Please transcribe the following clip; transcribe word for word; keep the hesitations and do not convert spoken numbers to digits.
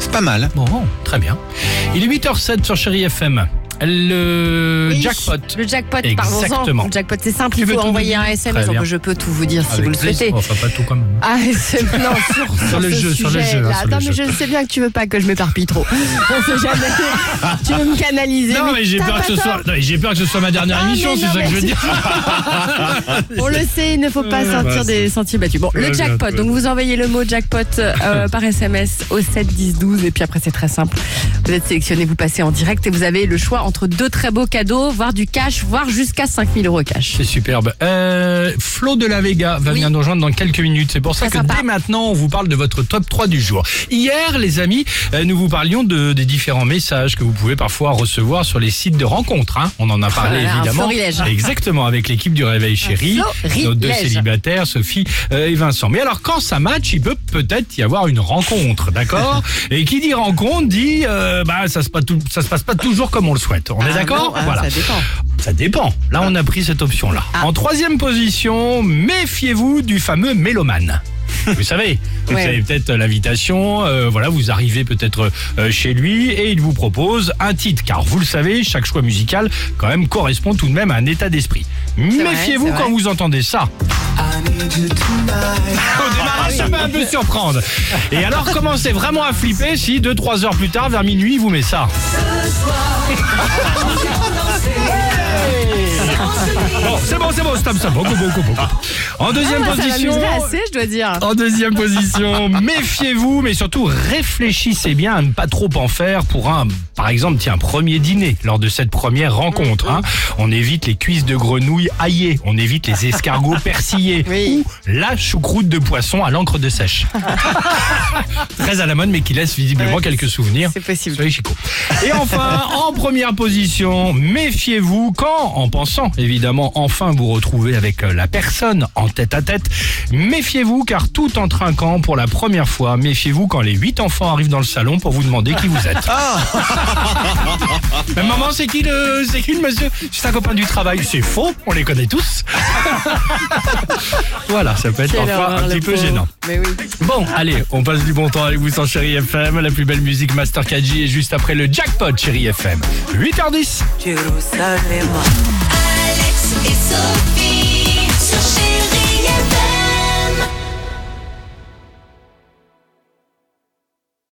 Pas mal. Bon, très bien. Il est huit heures zéro sept sur Chérie F M. Le Oui, jackpot. Le jackpot, Exactement. parlons-en. Le jackpot, c'est simple, Tu il veux faut tout envoyer nous un dire S M Très S. bien. Donc je peux tout vous dire si Avec vous le plaisir. souhaitez. Enfin, pas tout quand même. Ah, c'est- non, sur, Sur le ce jeu, sur le sujet, jeu, hein, là. sur le Attends, mais jeu. je sais bien que tu veux pas que je m'éparpille trop. On sait jamais. Tu veux me canaliser. Non, mais j'ai t'as peur, pas que ce tort. soit... non, mais j'ai peur que ce soit ma dernière Ah, émission, mais c'est non, ça que je veux mais- dire. On le sait, il ne faut pas Ouais, sortir bah, des sentiers battus. Bon, Ouais, le bien, jackpot. ouais. Donc vous envoyez le mot jackpot euh, par S M S au sept dix douze et puis après c'est très simple. Vous êtes sélectionné, vous passez en direct et vous avez le choix entre deux très beaux cadeaux, voire du cash, voire jusqu'à cinq mille euros cash. C'est superbe. Euh, Flo de la Vega va Oui. venir nous rejoindre dans quelques minutes. C'est pour ça Très que sympa. dès maintenant, on vous parle de votre top trois du jour. Hier, les amis, euh, nous vous parlions de, des différents messages que vous pouvez parfois recevoir sur les sites de rencontres. Hein. On en a parlé Voilà, un évidemment. florilège. Exactement, avec l'équipe du Réveil Chéri, florilège. nos deux célibataires, Sophie euh, et Vincent. Mais alors, quand ça match, il peut peut-être y avoir une rencontre, d'accord? Et qui dit rencontre dit, euh, bah, ça se, passe tout, ça se passe pas toujours comme on le souhaite. On est Ah, d'accord? non, ah, Voilà. Ça dépend. Ça dépend. Là, on a pris cette option-là. Ah. En troisième position, méfiez-vous du fameux mélomane. Vous savez, vous Ouais. avez peut-être l'invitation, euh, voilà, vous arrivez peut-être euh, chez lui et il vous propose un titre. Car vous le savez, chaque choix musical, quand même, correspond tout de même à un état d'esprit. Méfiez-vous c'est quand vrai. vous entendez ça. Au démarrage, ça peut un peu surprendre. Et alors, commencez vraiment à flipper si deux trois heures plus tard, vers minuit, il vous met ça. Bon, c'est bon, c'est bon, stop, stop. Beaucoup, beaucoup, beaucoup. En deuxième Ah, moi, ça position. m'amuserait assez, je dois dire. En deuxième position, méfiez-vous, mais surtout réfléchissez bien à ne pas trop en faire pour un, par exemple, tiens, un premier dîner lors de cette première rencontre. Hein. On évite les cuisses de grenouille aillées, on évite les escargots persillés Oui. ou la choucroute de poisson à l'encre de sèche. Très à la mode, mais qui laisse visiblement Ouais, quelques souvenirs. c'est possible. Soyez chicots. Et enfin, en première position, méfiez-vous quand, en pensant évidemment enfin vous retrouver avec euh, la personne en tête à tête, méfiez-vous car tout en trinquant pour la première fois, méfiez-vous quand les huit enfants arrivent dans le salon pour vous demander qui vous êtes. Mais maman, c'est qui le, c'est qui le monsieur? C'est un copain du travail. C'est faux, on les connaît tous. Voilà, ça peut être Quelle parfois horreur, un le petit peu pauvre. gênant. Mais oui. Bon, allez, on passe du bon temps avec vous sur Chérie F M. La plus belle musique Master K G est juste après le jackpot Chérie F M. huit heures dix. Jérusalem. Alex et Sophie.